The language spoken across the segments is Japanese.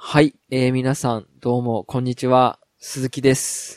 はい、皆さんどうもこんにちは、鈴木です。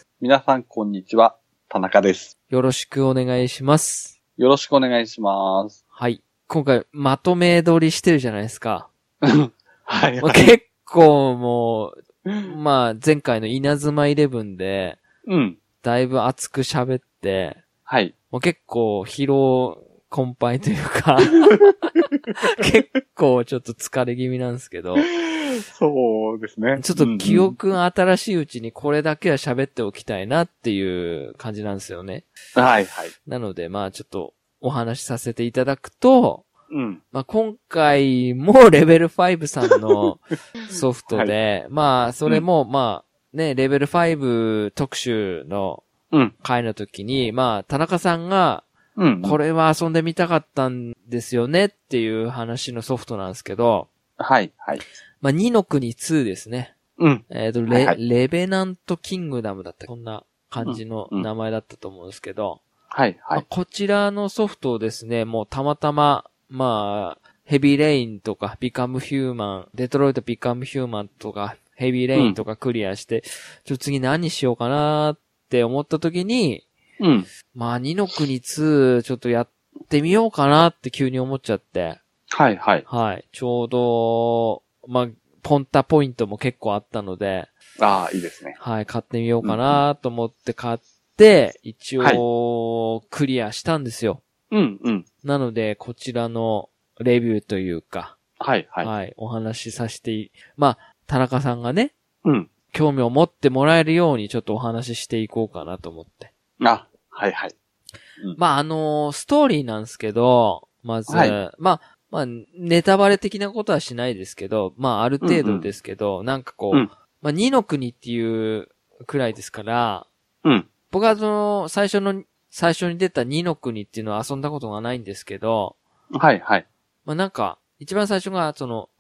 皆さんこんにちは、田中です。 よろしくお願いします。 よろしくお願いします。 はい、今回まとめ撮りしてるじゃないですか。 はい、 はい、結構もう、前回の稲妻イレブンで、だいぶ熱く喋って、 はい。 もう結構疲労困憊というか、結構ちょっと疲れ気味なんですけど、 そうですね。 ちょっと記憶が新しいうちにこれだけは喋っておきたいなっていう感じなんですよね。 はいはい。 なのでちょっとお話しさせていただくと、今回もレベル5さんのソフトで、はい、それもレベル5特集の回の時に、田中さんが、これは遊んでみたかったんですよねっていう話のソフトなんですけど、 はいはい。 2の国2ですね。レベナントキングダムだった。こんな感じの名前だったと思うんですけど。 はいはい。 こちらのソフトをですね、もうたまたま、ヘビーレインとか、ビカムヒューマン、デトロイトビカムヒューマンとか、ヘビーレインとかクリアして、次何しようかなって思った時に、2の国2、ちょっとやってみようかなって急に思っちゃって。 はいはい。 はい。ちょうど、ポンタポイントも結構あったので。 ああ、いいですね。 はい、買ってみようかなと思って買って、一応、クリアしたんですよ。なので、こちらのレビューというか。 はいはい。 はい、お話しさせて、田中さんがね。興味を持ってもらえるようにちょっとお話ししていこうかなと思って。 あ、はいはい。 ストーリーなんですけど、まず、ネタバレ的なことはしないですけど、ある程度ですけど、なんかこう、2の国っていうくらいですから、僕は最初に出た2の国っていうのは遊んだことがないんですけど、 はいはい。 なんか、一番最初が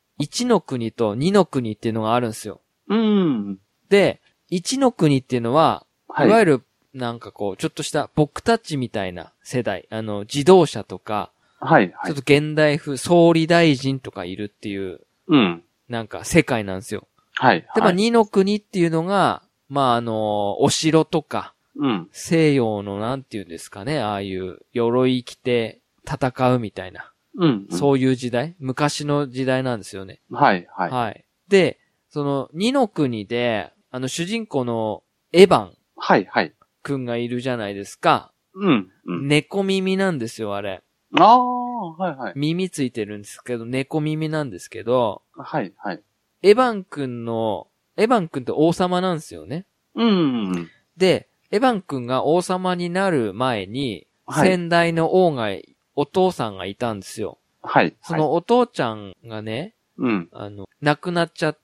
1の国と2の国っていうのがあるんですよ。で、1の国っていうのは、いわゆる、なんかこう、ちょっとした僕たちみたいな世代、自動車とか、ちょっと現代風、総理大臣とかいるっていう、なんか世界なんですよ。で、2の国っていうのが、お城とか、西洋のなんていうんですかね、ああいう鎧着て戦うみたいな、そういう時代、昔の時代なんですよね。はい。で、その2の国で、主人公のエヴァンくんがいるじゃないですか。猫耳なんですよ、あれ。耳ついてるんですけど、猫耳なんですけど、エヴァンくんって王様なんですよね。で、エヴァンくんが王様になる前に、先代の王が、お父さんがいたんですよ。そのお父ちゃんがね、亡くなっちゃって、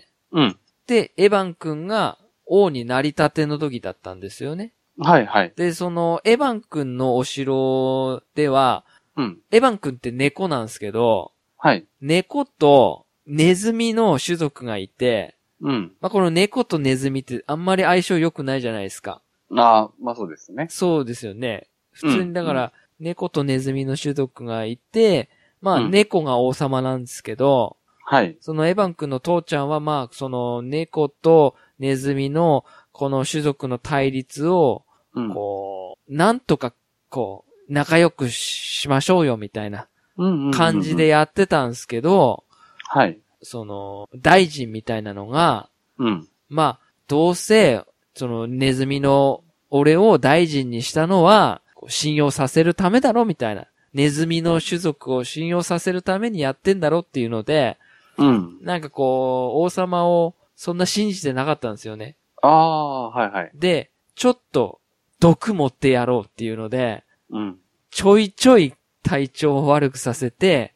で、エヴァンくんが王になり立ての時だったんですよね。で、その、エヴァンくんのお城では、エヴァンくんって猫なんですけど、猫とネズミの種族がいて、この猫とネズミってあんまり相性良くないじゃないですか。 そうですね。 そうですよね。普通にだから、猫とネズミの種族がいて、猫が王様なんですけど、そのエヴァン君の父ちゃんはその猫とネズミのこの種族の対立を、こう、なんとか、こう、仲良くしましょうよみたいな感じでやってたんですけど、その、大臣みたいなのが、どうせ、そのネズミの俺を大臣にしたのは、信用させるためだろみたいな。ネズミの種族を信用させるためにやってんだろっていうので、なんかこう、王様をそんな信じてなかったんですよね。で、ちょっと毒持ってやろうっていうので、ちょいちょい体調を悪くさせて、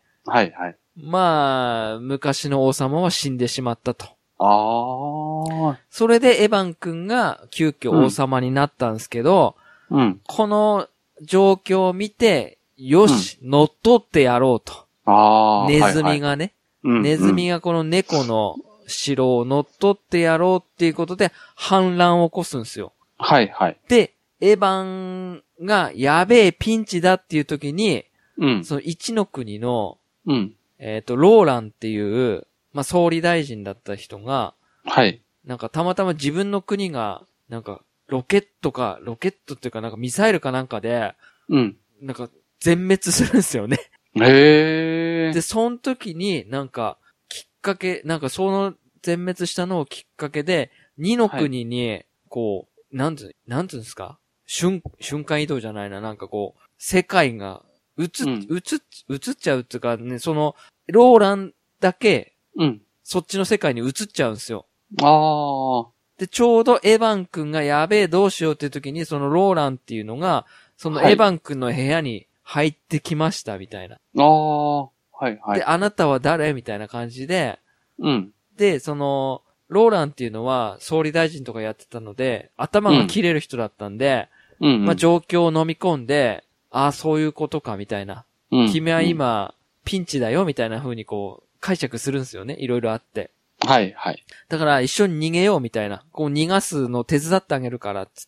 昔の王様は死んでしまったと。それでエヴァン君が急遽王様になったんですけど、この状況を見て、よし、乗っ取ってやろうと。ネズミがね、ネズミがこの猫の城を乗っ取ってやろうっていうことで反乱を起こすんですよ。で、エヴァンがやべえピンチだっていう時に、その一の国の、ローランっていう、 まあ、総理大臣だった人が、 はい。 なんかたまたま自分の国が、なんかロケットっていうかなんかミサイルかなんかで、 うん。 なんか全滅するんですよね。 へー。 で、その時になんかきっかけ、なんかその全滅したのをきっかけで、2の国に、こう、なんつうんですか瞬間移動じゃないな、なんかこう、世界が映っちゃうっていうかね、その、ローランだけ、 うん。 そっちの世界に移っちゃうんですよ。 ああ。 で、ちょうどエヴァン君がやべえどうしようっていう時に、そのローランっていうのが、そのエヴァン君の部屋に入ってきましたみたいな。 ああ。はいはい。 で、あなたは誰みたいな感じで、 うん。 で、その、ローランっていうのは総理大臣とかやってたので、頭が切れる人だったんで、まあ状況を飲み込んで、ああ、そういうことかみたいな。君は今、ピンチだよみたいな風にこう、解釈するんですよね。いろいろあって。 はいはい。 だから一緒に逃げようみたいな。こう逃がすの手伝ってあげるからっつって、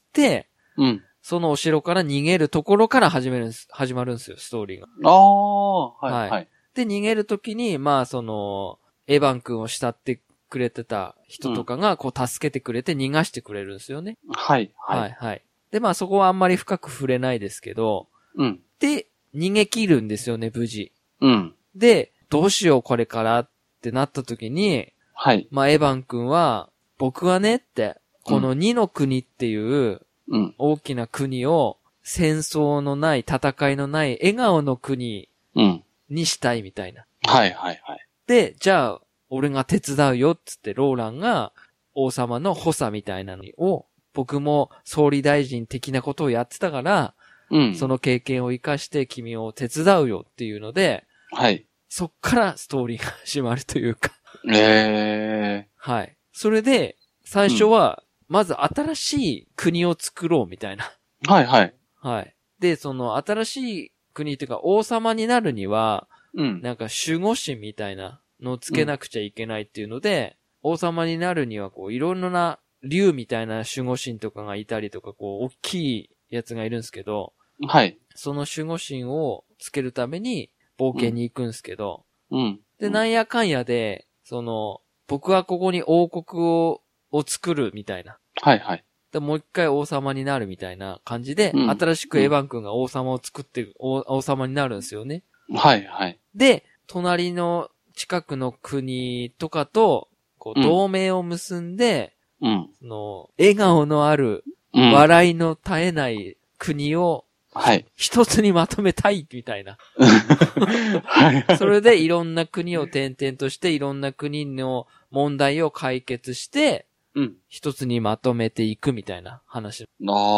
そのお城から逃げるところから始まるんですよ、ストーリーが。 ああ、はいはい。 で、逃げるときに、まあその、エヴァン君を慕ってくれてた人とかが、こう助けてくれて逃がしてくれるんですよね。 はいはい。 で、まあそこはあんまり深く触れないですけど、で、逃げ切るんですよね、無事。で、どうしようこれからってなった時に、まあエヴァン君は、僕はねって、この2の国っていう大きな国を戦争のない、戦いのない笑顔の国にしたいみたいな。で、じゃあ、俺が手伝うよっつってローランが王様の補佐みたいなのを、僕も総理大臣的なことをやってたから、その経験を生かして君を手伝うよっていうので、そっからストーリーが始まるというか。はい。それで、最初は、まず新しい国を作ろうみたいな。はい。で、その新しい国っていうか王様になるには、なんか守護神みたいなのをつけなくちゃいけないっていうので、王様になるにはこういろんな竜みたいな守護神とかがいたりとか、こう大きいやつがいるんですけど、その守護神をつけるために冒険に行くんですけど、で、なんやかんやで、その、僕はここに王国を作るみたいな。で、もう一回王様になるみたいな感じで、新しくエヴァン君が王様を作って、王様になるんですよね。で、隣の近くの国とかと、こう、同盟を結んで、その、笑顔のある、笑いの絶えない国を、一つにまとめたい、みたいな。それでいろんな国を転々として、いろんな国の問題を解決して、一つにまとめていくみたいな話。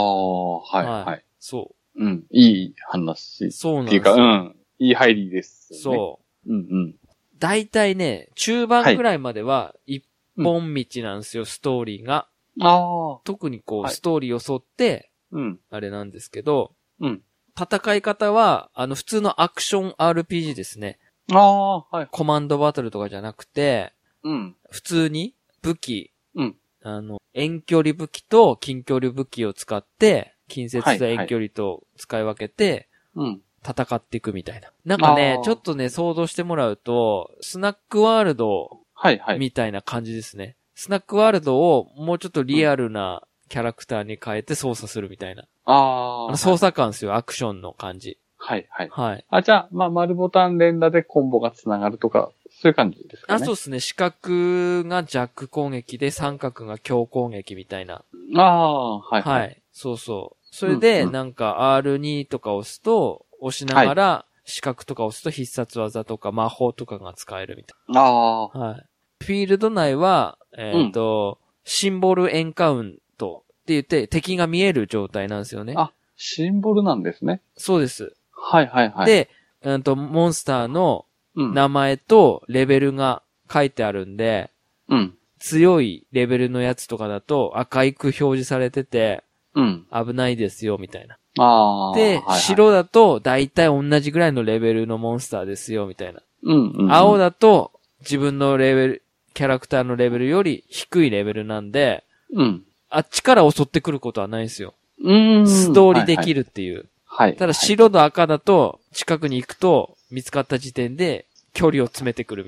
そう。いい話。 そうなんですよ。 っていうか、いい入りです、ね。 そう。大体ね、中盤くらいまでは一本道なんですよ、ストーリーが。特にこう、ストーリーを沿って、あれなんですけど、戦い方は、普通のアクション RPG ですね。コマンドバトルとかじゃなくて、普通に武器、遠距離武器と近距離武器を使って、近接と遠距離と使い分けて、戦っていくみたいな。なんかね、ちょっとね、想像してもらうと、スナックワールドみたいな感じですね。スナックワールドをもうちょっとリアルなキャラクターに変えて操作するみたいな。操作感ですよ、アクションの感じ。 じゃあ、まあ、丸ボタン連打でコンボが繋がるとか、そういう感じですかね。 そうですね。四角がジャック攻撃で三角が強攻撃みたいな。そうそう。それで、なんか R2 とか押すと、押しながら、四角とか押すと必殺技とか魔法とかが使えるみたいな。フィールド内は、シンボルエンカウントって言って敵が見える状態なんですよね。 シンボルなんですね。 そうです。で、モンスターの名前とレベルが書いてあるんで、強いレベルのやつとかだと赤いく表示されてて、危ないですよ、みたいな。で、白だと大体同じぐらいのレベルのモンスターですよ、みたいな。青だと自分のレベル、キャラクターのレベルより低いレベルなんで、あっちから襲ってくることはないんですよ。素通りできるっていう。ただ白と赤だと近くに行くと見つかった時点で距離を詰めてくるみたいな。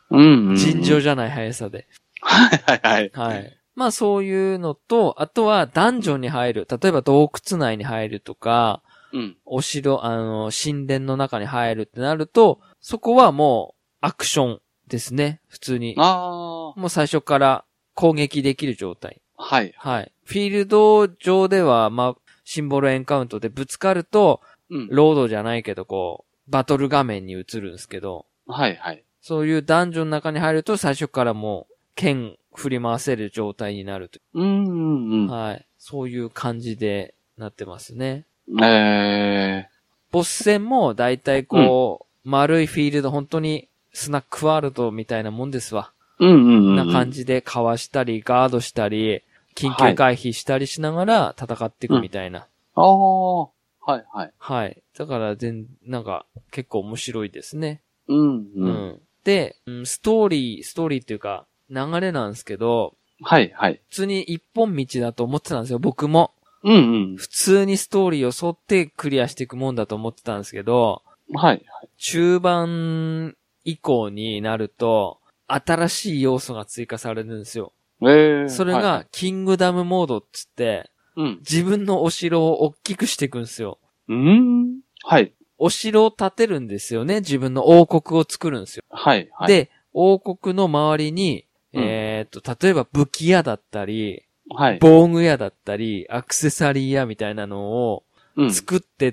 尋常じゃない速さで。 はいはいはい。 はい。まあそういうのと、あとはダンジョンに入る。例えば洞窟内に入るとか、お城、神殿の中に入るってなると、そこはもうアクションですね。普通に。もう最初から攻撃できる状態。 はい。 はい。フィールド上では、まあ、シンボルエンカウントでぶつかると、ロードじゃないけど、こう、バトル画面に映るんですけど。 はいはい。 そういうダンジョンの中に入ると、最初からもう、剣振り回せる状態になると。はい。そういう感じでなってますね。ボス戦もだいたいこう、丸いフィールド、本当にスナックワールドみたいなもんですわ。な感じでかわしたり、ガードしたり、緊急回避したりしながら戦っていくみたいな。 はいはい。 はい。だからなんか結構面白いですね。で、ストーリーっていうか流れなんですけど、 はいはい。 普通に一本道だと思ってたんですよ、僕も。普通にストーリーを沿ってクリアしていくもんだと思ってたんですけど、 はいはい。 中盤以降になると、新しい要素が追加されるんですよ。それが、キングダムモードっつって、自分のお城を大きくしていくんですよ。 はい。 お城を建てるんですよね。自分の王国を作るんですよ。 はいはい。 で、王国の周りに、例えば武器屋だったり、防具屋だったり、アクセサリー屋みたいなのを作ってって、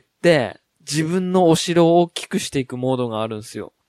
自分のお城を大きくしていくモードがあるんですよ。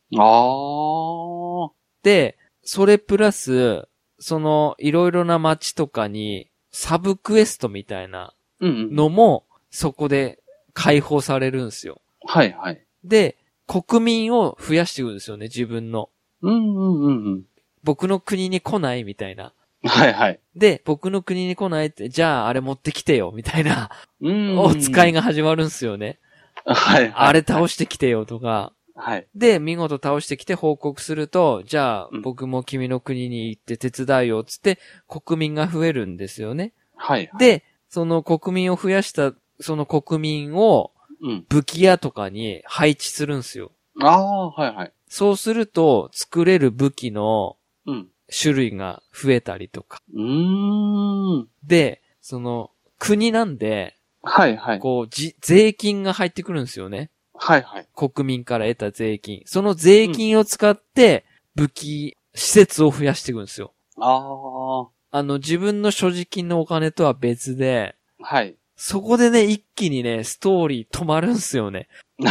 で、それプラス、いろいろな街とかに、サブクエストみたいなのも、そこで解放されるんですよ。 はいはい。 で、国民を増やしていくんですよね、自分の。僕の国に来ないみたいな。 はいはい。 で、僕の国に来ないって、じゃああれ持ってきてよ、みたいな、お使いが始まるんですよね。 はいはい。 あれ倒してきてよとか。 はい。 で、見事倒してきて報告すると、じゃあ、僕も君の国に行って手伝いよ、つって、国民が増えるんですよね。 はい。 で、その国民を増やした、その国民を、武器屋とかに配置するんですよ。 はいはい。 そうすると、作れる武器の、種類が増えたりとか。で、国なんで、 はいはい。 こう、税金が入ってくるんですよね。 はいはい。 国民から得た税金。その税金を使って、武器、施設を増やしていくんですよ。自分の所持金のお金とは別で、 はい。 そこでね、一気にね、ストーリー止まるんですよね。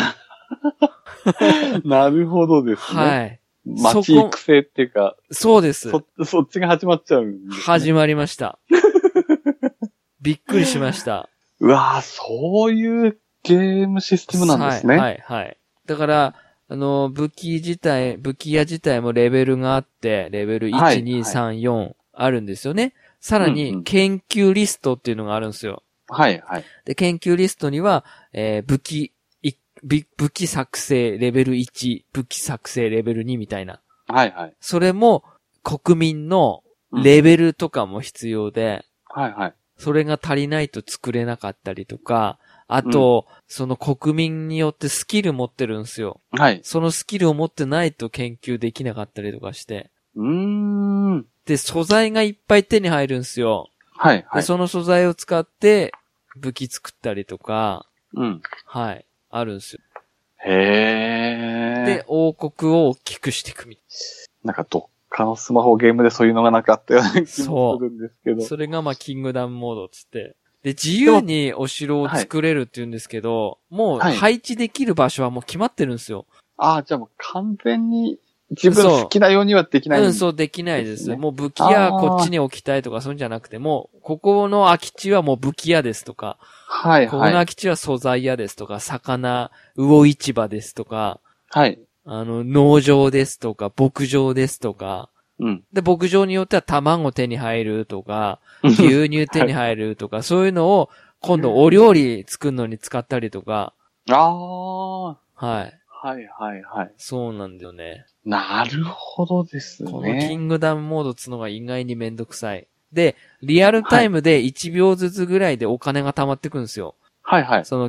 なるほどですね。 はい。 街育成っていうか。 そうです。 そっちが始まっちゃうんですね。 始まりました。びっくりしました。 うわぁ、そういうゲームシステムなんですね。 はい。だから、武器屋自体もレベルがあって、レベル1、2、3、4あるんですよね。さらに、研究リストっていうのがあるんですよ。 はいはい。 で、研究リストには、武器作成レベル1、武器作成レベル2みたいな。 はいはい。 それも、国民のレベルとかも必要で、 はいはい。 それが足りないと作れなかったりとか、あと、その国民によってスキル持ってるんですよ。 はい。 そのスキルを持ってないと研究できなかったりとかして。で、素材がいっぱい手に入るんですよ。 はいはい。 で、その素材を使って武器作ったりとか、はい、あるんですよ。で、王国を大きくしていくみたいな。なんかどっかのスマホゲームでそういうのがなかったような気もするんですけど。 それがまあ、キングダムモードつって。で、自由にお城を作れるって言うんですけど、もう配置できる場所はもう決まってるんですよ。 じゃあもう完全に自分好きなようにはできないんですね。 そう、できないです。もう武器屋こっちに置きたいとかそういうんじゃなくて、もう、ここの空き地はもう武器屋ですとか、ここの空き地は素材屋ですとか、魚、魚市場ですとか、農場ですとか、牧場ですとか、で、牧場によっては卵手に入るとか、牛乳手に入るとか、そういうのを今度お料理作るのに使ったりとか。はい。そうなんだよね。 なるほどですね。 このキングダムモードつのが意外にめんどくさい。で、リアルタイムで1秒ずつぐらいでお金が溜まってくんですよ。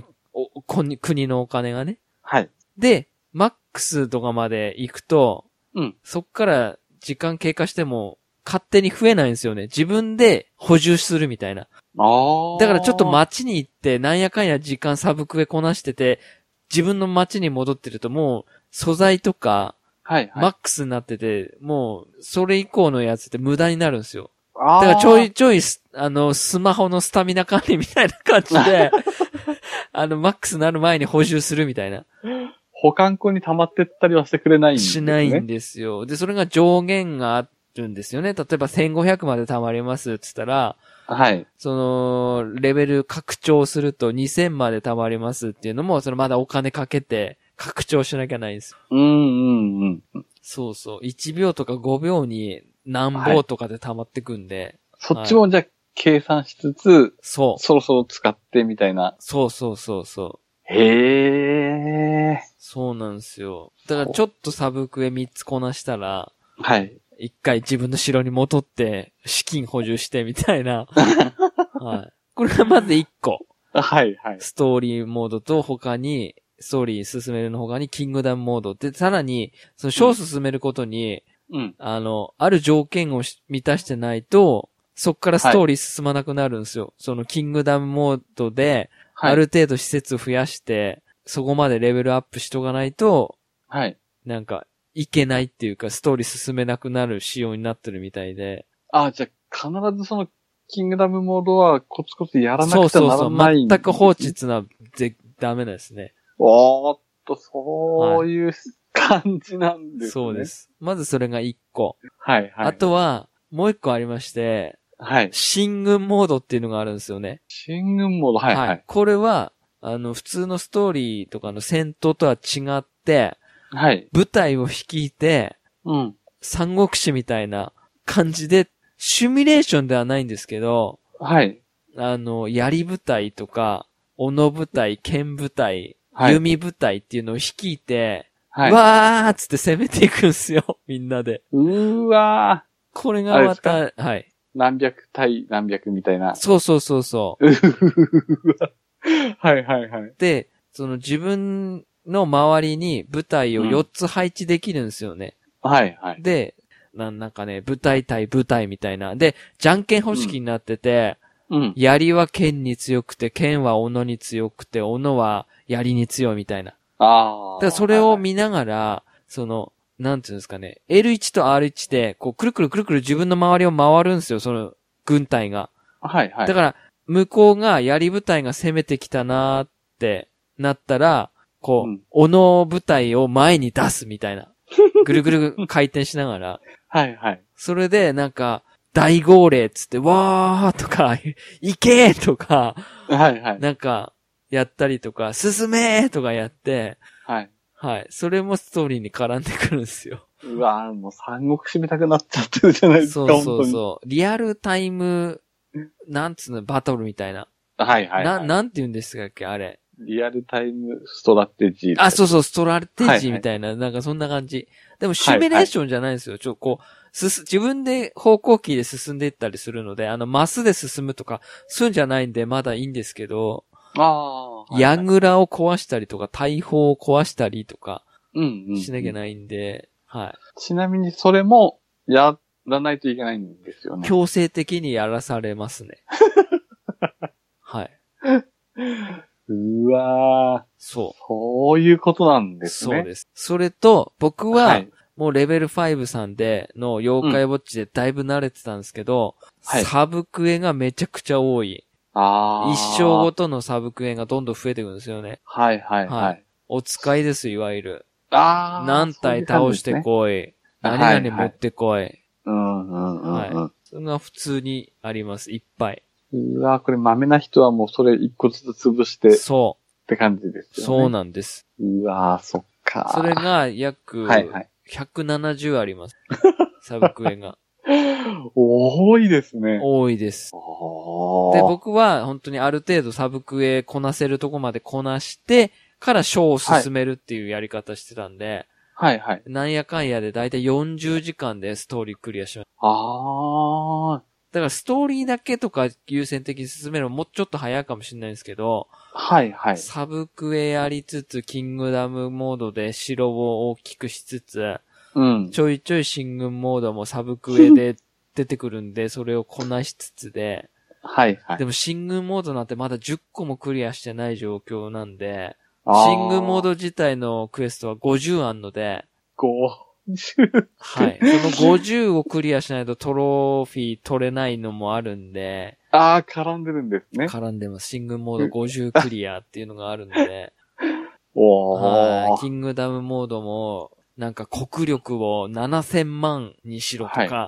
国のお金がね。で、マックスとかまで行くと、 そっから時間経過しても勝手に増えないんですよね。自分で補充するみたいな。だからちょっと街に行ってなんやかんや時間サブクエこなしてて、自分の街に戻ってるともう素材とか、マックスになってて、もうそれ以降のやつって無駄になるんですよ。だからちょいちょい、スマホのスタミナ管理みたいな感じで、マックスになる前に補充するみたいな。 保管庫に溜まってったりはしてくれないんですね。 しないんですよ。で、それが上限があるんですよね。例えば1500まで溜まりますって言ったら、 はい。 その、レベル拡張すると2000まで溜まりますっていうのも、それまだお金かけて拡張しなきゃないんですよ。そうそう。1秒とか5秒に何秒とかで溜まってくんで。 そっちもじゃあ計算しつつ、そろそろ使ってみたいな。 そうそうそうそう。 へー。 そうなんですよ。だからちょっとサブクエ3つこなしたら、 はい。 一回自分の城に戻って資金補充してみたいな。はい。これがまず1個。 はいはい。 ストーリーモードと他に、ストーリー進めるの他にキングダムモードで、さらに、その章を進めることに、ある条件を満たしてないと、そっからストーリー進まなくなるんですよ。そのキングダムモードで、ある程度施設を増やして、そこまでレベルアップしとかないと、なんか、いけないっていうか、ストーリー進めなくなる仕様になってるみたいで。 じゃあ必ずその、キングダムモードはコツコツやらなくてはならないんですね。そうそうそう。 全く放置な、ダメですね。 そういう感じなんですね。 そうです。まずそれが1個。 はいはい。 あとは、もう1個ありまして、進軍モードっていうのがあるんですよね。 進軍モード、はい。 これは、普通のストーリーとかの戦闘とは違って、部隊を率いて、三国志みたいな感じで、シミュレーションではないんですけど、槍部隊とか、斧部隊、剣部隊、弓部隊っていうのを率いて、わーっつって攻めていくんすよ、みんなで。 わー。 これがまた、 何百対何百みたいな。 そうそうそうそう。 はいはいはい。 で、その自分の周りに部隊を4つ配置できるんですよね。で、なんかね、部隊対部隊みたいな。で、じゃんけん方式になってて、槍は剣に強くて、剣は斧に強くて、斧は槍に強いみたいな。だからそれを見ながら、その、なんていうんですかね、L1 と R1 で、こう、くるくるくるくる自分の周りを回るんですよ、その、軍隊が。だから、向こうが槍部隊が攻めてきたなーってなったら、こう、斧部隊を前に出すみたいな。ぐるぐる回転しながら。それで、なんか、大号令つって、わーとか、行けーとか、なんか、やったりとか、進めーとかやって、それもストーリーに絡んでくるんですよ。 うわー、もう三国志見たくなっちゃってるじゃないですか。 そうそう。リアルタイム、なんつうの、バトルみたいな。なんて言うんですかっけ、あれ。 リアルタイムストラテジー。 そうそう、ストラテジーみたいな、なんかそんな感じ。でも、シミュレーションじゃないんですよ。こう、自分で方向キーで進んでいったりするので、マスで進むとか、そういうんじゃないんで、まだいいんですけど、矢倉を壊したりとか、大砲を壊したりとか、しなきゃないんで、 ちなみにそれも、やらないといけないんですよね。 強制的にやらされますね。 うわー。そういうことなんですね。 そうです。それと、僕は、もうレベル5さんでの妖怪ウォッチでだいぶ慣れてたんですけど、サブクエがめちゃくちゃ多い。一生ごとのサブクエがどんどん増えていくんですよね。お使いです、いわゆる。何体倒してこい。何々持ってこい。それが普通にあります、いっぱい。 うわこれ豆な人はもうそれ一個ずつ潰して。って感じですよね。 そうなんです。 うわそっか。 それが約、170あります。サブクエが。 多いですね。 多いです。で、僕は本当にある程度サブクエこなせるとこまでこなして、から章を進めるっていうやり方してたんで、なんやかんやでだいたい40時間でストーリークリアしました。だからストーリーだけとか優先的に進めるのもうちょっと早いかもしれないんですけど、サブクエやりつつ、キングダムモードで城を大きくしつつ、 ちょいちょい進軍モードもサブクエで出てくるんで、それをこなしつつで、 はいはい。 でも進軍モードなんてまだ10個もクリアしてない状況なんで、進軍モード自体のクエストは50あんので、 50? はい。その50をクリアしないとトロフィー取れないのもあるんで、 絡んでるんですね。 絡んでます。進軍モード50クリアっていうのがあるんで、キングダムモードも、なんか国力を7000万にしろとか、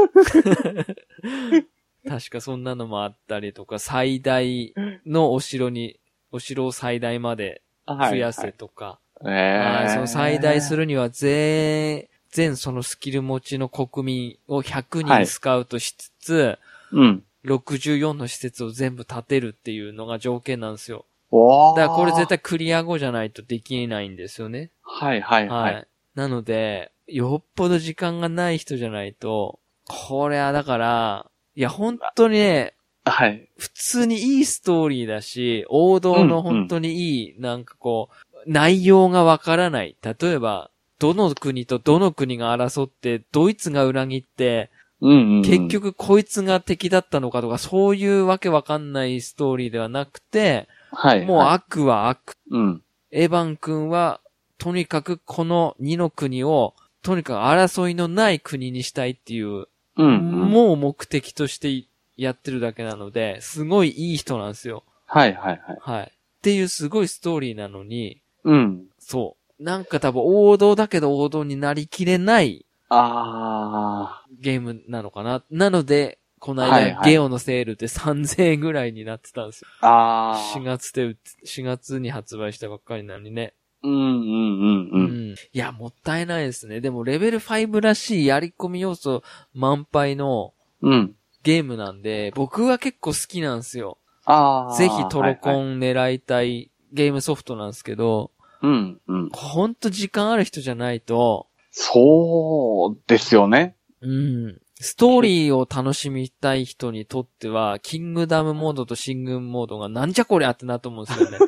確かそんなのもあったりとか、最大のお城を最大まで増やせとか、その最大するには全そのスキル持ちの国民を100人スカウトしつつ、64の施設を全部建てるっていうのが条件なんですよ。だからこれ絶対クリア後じゃないとできないんですよね。 はいはいはい。 なので、よっぽど時間がない人じゃないと、これはだから、いや本当にね、 はい。 普通にいいストーリーだし、王道の本当にいい、なんかこう、内容がわからない。例えば、どの国とどの国が争って、ドイツが裏切って、結局こいつが敵だったのかとか、そういうわけわかんないストーリーではなくて、もう悪は悪。エヴァン君は、とにかくこの2の国を、とにかく争いのない国にしたいっていう、もう目的としてやってるだけなので、すごいいい人なんですよ。 はいはいはい。 はい。っていうすごいストーリーなのに、そう。なんか多分王道だけど王道になりきれない、ゲームなのかな。なので、この間、ゲオのセールで3000円ぐらいになってたんですよ。4月に発売したばっかりなのにね。いや、もったいないですね。でも、レベル5らしいやり込み要素満杯の、ゲームなんで、僕は結構好きなんですよ。ぜひトロコン狙いたいゲームソフトなんですけど、ほんと時間ある人じゃないと、 そうですよね。 ストーリーを楽しみたい人にとっては、キングダムモードと進軍モードがなんじゃこりゃってなと思うんですよね。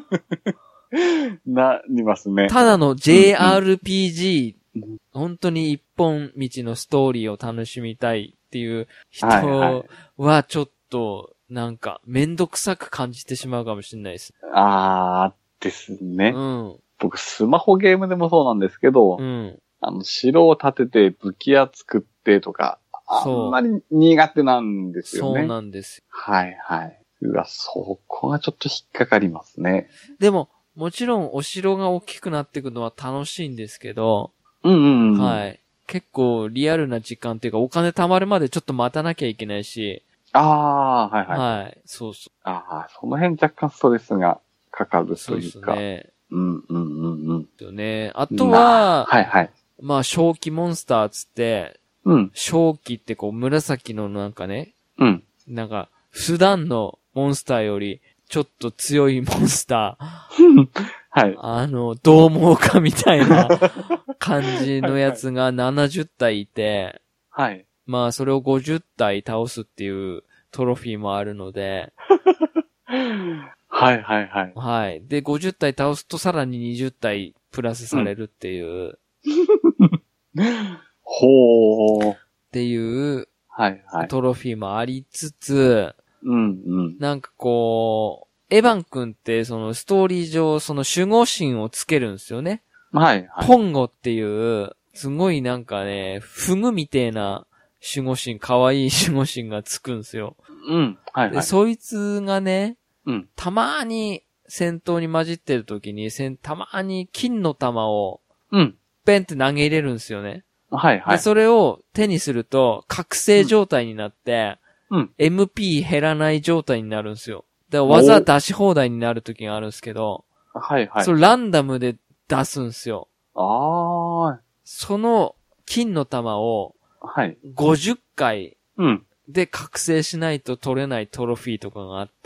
なりますね。 ただの JRPG、本当に一本道のストーリーを楽しみたいっていう人はちょっと、なんか、めんどくさく感じてしまうかもしれないです。 ですね。僕、スマホゲームでもそうなんですけど、城を建てて武器屋作ってとか、あんまり苦手なんですよね。 そうなんですよ。 はいはい。そこがちょっと引っかかりますね。 でも、もちろんお城が大きくなっていくのは楽しいんですけど、はい。結構リアルな時間っていうかお金貯まるまでちょっと待たなきゃいけないし。 はいはい。 はい。そうそう。 その辺若干ストレスがかかるというか。そうですね。 よね。あとは、 はいはい。 まあ、正気モンスターつって、正気ってこう紫のなんかね、なんか、普段のモンスターより、ちょっと強いモンスター。 はい。 獰猛化みたいな感じのやつが70体いて、 はい。 まあ、それを50体倒すっていうトロフィーもあるので、 はいはいはい。 はい。で、50体倒すとさらに20体プラスされるっていう。 ほー。 っていう、 はいはい。 トロフィーもありつつ、なんかこう、エヴァン君ってそのストーリー上、その守護神をつけるんですよね。 はいはい。 ポンゴっていう、すごいなんかね、フグみてえな守護神、可愛い守護神がつくんですよ。 はいはい。 で、そいつがね、たまーに戦闘に混じってる時に、たまーに金の玉を、ペンって投げ入れるんですよね。 はいはい。 で、それを手にすると、覚醒状態になって、MP 減らない状態になるんですよ。だから技出し放題になる時があるんですけど、 はいはい。 それランダムで出すんですよ。その金の玉を、50回で覚醒しないと取れないトロフィーとかがあって、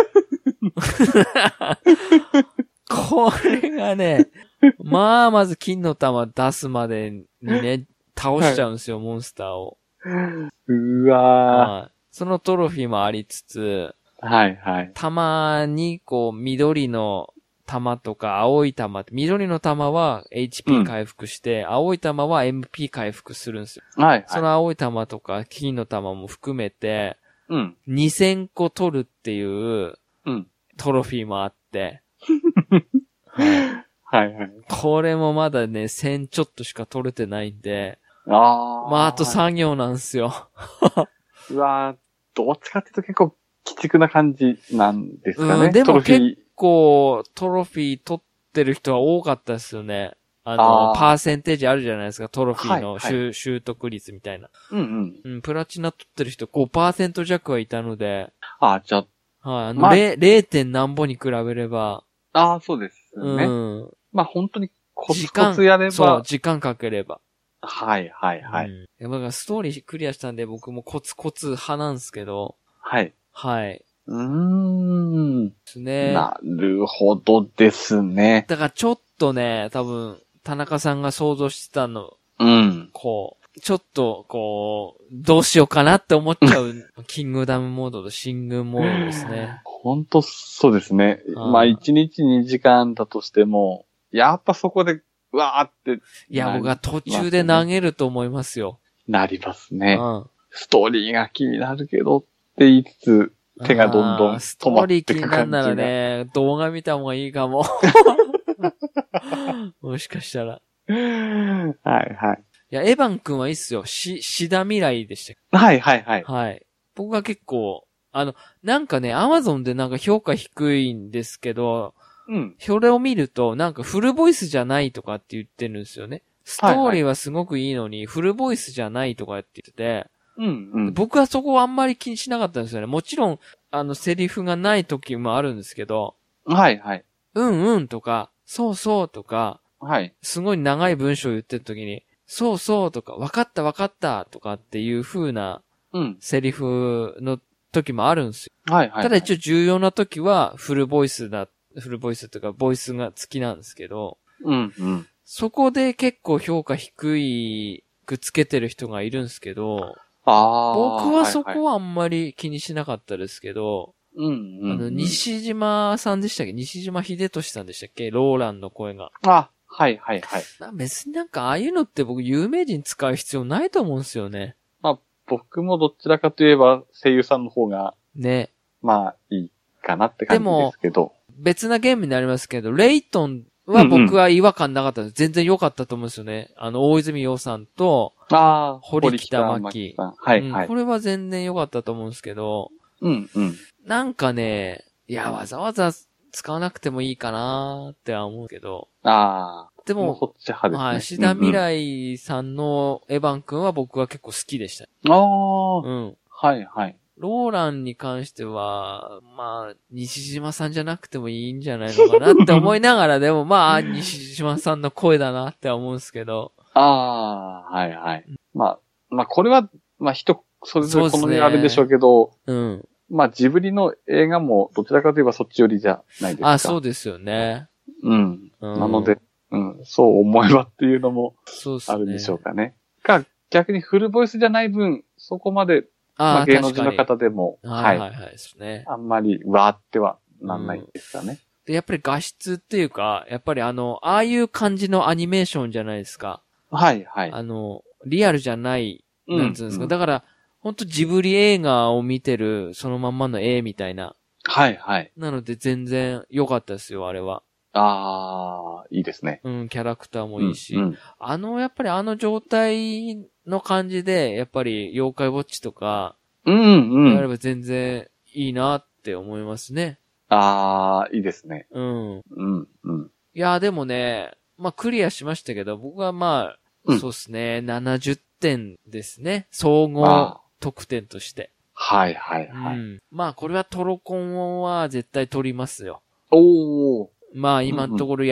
これがね、まず金の玉出すまでにね、倒しちゃうんですよ、モンスターを。 うわー。 そのトロフィーもありつつ、 はいはい。 たまにこう緑の玉とか青い玉、緑の玉は HP 回復して、青い玉は MP 回復するんですよ。はいはい。その青い玉とか金の玉も含めて、2000個取るっていう、トロフィーもあって、はいはい。これもまだね、1000ちょっとしか取れてないんで、あと作業なんですよ。 うわどっちかっていうと結構鬼畜な感じなんですかね。 でも結構トロフィー取ってる人は多かったですよね。パーセンテージあるじゃないですか、トロフィーの習得率みたいな。プラチナ取ってる人 5% 弱はいたので。 じゃあ、はい、0. 点何ぼに比べれば。 そうですね。本当にコツコツやれば。 そう、時間かければ。 はいはいはい。 だからストーリークリアしたんで僕もコツコツ派なんですけど。 はい。 はい。 ですね。なるほどですね。 だからちょっとね、多分、田中さんが想像してたの。ちょっと、どうしようかなって思っちゃう、キングダムモードとシングモードですね。 本当そうですね。1日2時間だとしても、やっぱそこで、うわーって。 いや、僕は途中で投げると思いますよ。 なりますね。ストーリーが気になるけどって言いつつ、手がどんどん止まってく感じが。ストーリー気になるならね、動画見た方がいいかも。もしかしたら。 はいはい。 いや、エヴァン君はいいっすよ。シダ未来でしたっけ。はいはいはい。 はい。僕は結構、なんかね、アマゾンでなんか評価低いんですけど、それを見ると、なんかフルボイスじゃないとかって言ってるんですよね。ストーリーはすごくいいのに、フルボイスじゃないとかって言ってて、僕はそこをあんまり気にしなかったんですよね。もちろん、セリフがない時もあるんですけど、 はいはい。 うんとか、そうそうとか、 はい。 すごい長い文章を言ってる時に、そうそうとか、わかったとかっていう風な、セリフの時もあるんですよ。 はいはい。 ただ一応重要な時はフルボイスというか、ボイスが付きなんですけど、そこで結構評価低くつけてる人がいるんですけど、僕はそこはあんまり気にしなかったですけど、西島さんでしたっけ？西島秀俊さんでしたっけ？ローランの声が。 はいはいはい。 別になんかああいうのって僕有名人使う必要ないと思うんですよね。 僕もどちらかといえば声優さんの方が。 ね。 いいかなって感じですけど。でも、 別なゲームになりますけど、レイトンは僕は違和感なかったです。全然良かったと思うんですよね。大泉洋さんと、堀北真希。はいはい。これは全然良かったと思うんですけど、なんかね、いや、わざわざ使わなくてもいいかなーっては思うけど。でも、 そっち派ですね。 シダ未来さんのエヴァン君は僕は結構好きでした。 はいはい。 ローランに関しては、西島さんじゃなくてもいいんじゃないのかなって思いながら、でも西島さんの声だなって思うんですけど。 はいはい。これは、人、それぞれ好みあるでしょうけど、ジブリの映画もどちらかといえばそっち寄りじゃないですか。 そうですよね。 なので、そう思えばっていうのもあるんでしょうかね。逆にフルボイスじゃない分、そこまで、芸能人の方でも、 ですね。 あんまりわーってはなんないですかね。 で、やっぱり画質っていうか、やっぱりああいう感じのアニメーションじゃないですか。 はいはい。 リアルじゃない、なんつうんですか。だから、ほんとジブリ映画を見てるそのまんまの絵みたいな。 はいはい。 なので全然良かったですよ、あれは。 いいですね。 キャラクターもいいし。やっぱり状態の感じで、やっぱり妖怪ウォッチとか、やれば全然いいなって思いますね。 いいですね。 いや、でもね、クリアしましたけど、僕はそうですね、70点ですね。総合得点として。はいはいはい。これはトロコンは絶対取りますよ。今のところ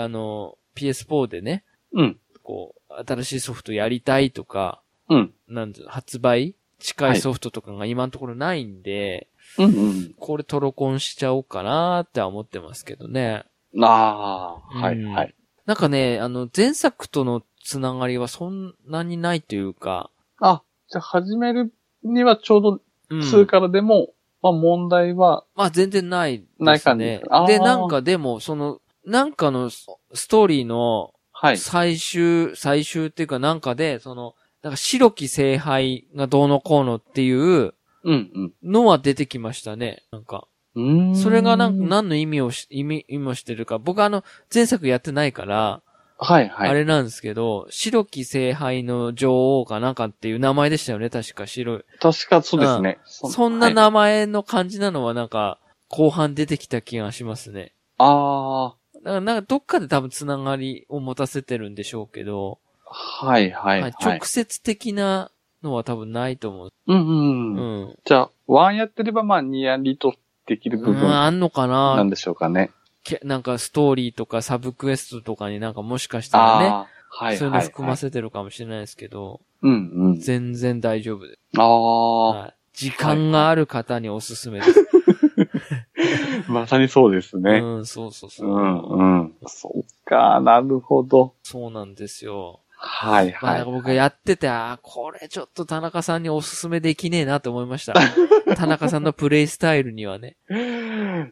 PS4 でね、新しいソフトやりたいとか、発売近いソフトとかが今のところないんで、これトロコンしちゃおうかなーって思ってますけどね。 はいはい。 なんかね、前作とのつながりはそんなにないというか。 じゃあ始めるにはちょうど2からでもまあ問題は。 まあ全然ないですね。 ない感じですか。 で、なんかでも、なんかのストーリーの、最終っていうかなんかで、なんか白き聖杯がどうのこうのっていうのは出てきましたね。なんか。それが何の意味をしてるか。僕前作やってないから、はいはい。あれなんですけど、白き聖杯の女王かなんかっていう名前でしたよね、確か白い。 確かそうですね。 そんな名前の感じなのはなんか、後半出てきた気がしますね。 ああ。 だからなんかどっかで多分つながりを持たせてるんでしょうけど。 はいはいはい。 直接的なのは多分ないと思う。 うん。じゃあ、1やってればまあ2やりとできる部分。 あんのかななんでしょうかね。 なんかストーリーとかサブクエストとかになんかもしかしたらね。はい。そういうの含ませてるかもしれないですけど。全然大丈夫です。時間がある方におすすめです。 まさにそうですね。 そう。 そうか、なるほど。 そうなんですよ。 はいはい。 まあ、僕やってて、これちょっと田中さんにおすすめできねえなと思いました。田中さんのプレイスタイルにはね。 ですね。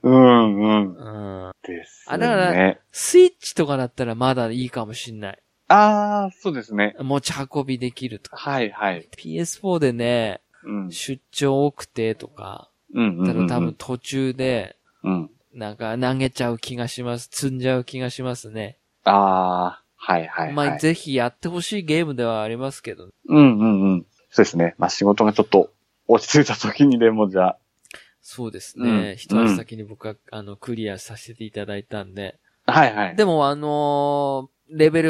だから、スイッチとかだったらまだいいかもしんない。 そうですね。 持ち運びできるとか。 はいはい。 PS4 でね、出張多くてとか、多分途中で、なんか投げちゃう気がします。積んじゃう気がしますね。 はいはい。 まあ、ぜひやってほしいゲームではありますけど。 そうですね。まあ仕事がちょっと落ち着いた時にでもじゃあ。 そうですね。一足先に僕はクリアさせていただいたんで。 はいはい。 でもレベル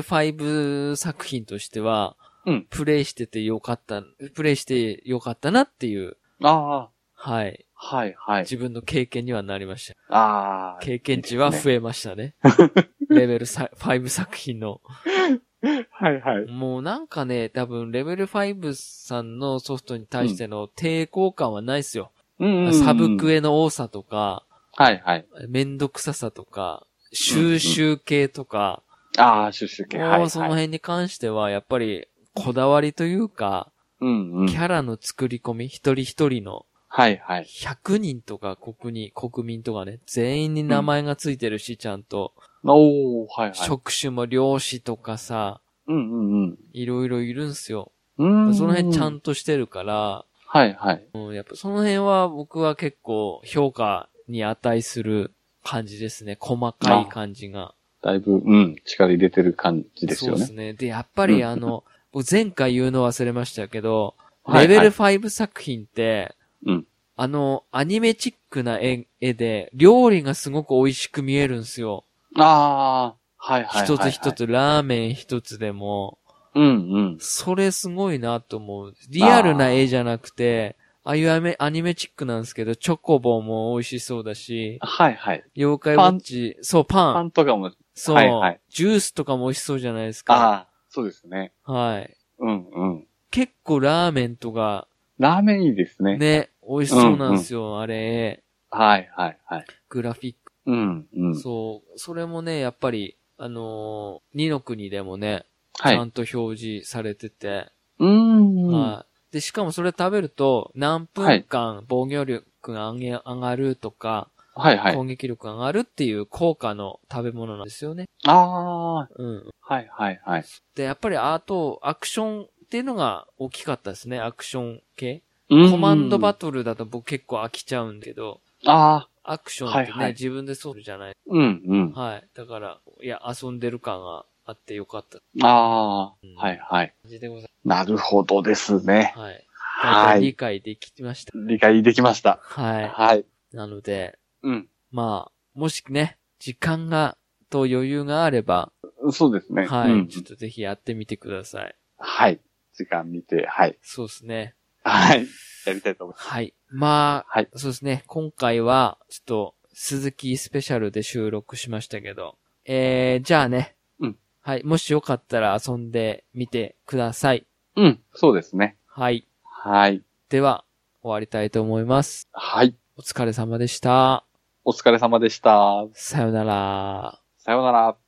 5作品としては、プレイしてよかったなっていう。はい。 はいはい。 自分の経験にはなりました。経験値は増えましたね。レベル5作品の。 はいはい。 もうなんかね、多分レベル5さんのソフトに対しての抵抗感はないっすよ。サブクエの多さとか、 はいはい。 めんどくささとか、収集系とか、 収集系。はい。 その辺に関してはやっぱりこだわりというか、キャラの作り込み、一人一人の、 はいはい。 100人とか国民とかね、全員に名前がついてるし、ちゃんと。 はいはい。 職種も漁師とかさ、いろいろいるんすよ。その辺ちゃんとしてるから、 はいはい。 やっぱその辺は僕は結構評価に値する感じですね。細かい感じが。 だいぶ、力入れてる感じですよね。 そうですね。で、やっぱり僕前回言うの忘れましたけど、レベル5作品って、アニメチックな絵で、料理がすごく美味しく見えるんですよ。 はいはい。 一つ一つ、ラーメン一つでも。それすごいなと思う。リアルな絵じゃなくて、ああいうアニメチックなんですけど、チョコボも美味しそうだし。 はいはい。 妖怪ウォッチ、そう、パン。 パンとかも。 そう。はいはい。ジュースとかも美味しそうじゃないですか。 そうですね。 はい。結構ラーメンとか。 ラーメンいいですね。 ね、美味しそうなんですよ、あれ。 はいはいはい。 グラフィック。そう。それもね、やっぱり、二の国でもね、ちゃんと表示されてて。はい。で、しかもそれ食べると、何分間防御力が上がるとか、攻撃力が上がるっていう効果の食べ物なんですよね。 はいはいはい。 で、やっぱりアクションっていうのが大きかったですね、アクション系。コマンドバトルだと僕結構飽きちゃうんだけど。アクションってね、自分でそうじゃない。はい。だから、遊んでる感があってよかった。 はいはい。なるほどですね。 はい。大体理解できました。 理解できました。 はい。 はい。 なので、まあ、もしね、時間と余裕があれば。 そうですね。 はい。ちょっとぜひやってみてください。 はい。時間見て、はい。 そうですね。 はい。やりたいと思います。 はい。まあ、そうですね。今回は、ちょっと、鈴木スペシャルで収録しましたけど。じゃあね。はい。もしよかったら遊んでみてください。 そうですね。 はい。 はい。 では、終わりたいと思います。 はい。 お疲れ様でした。 お疲れ様でした。 さよなら。 さよなら。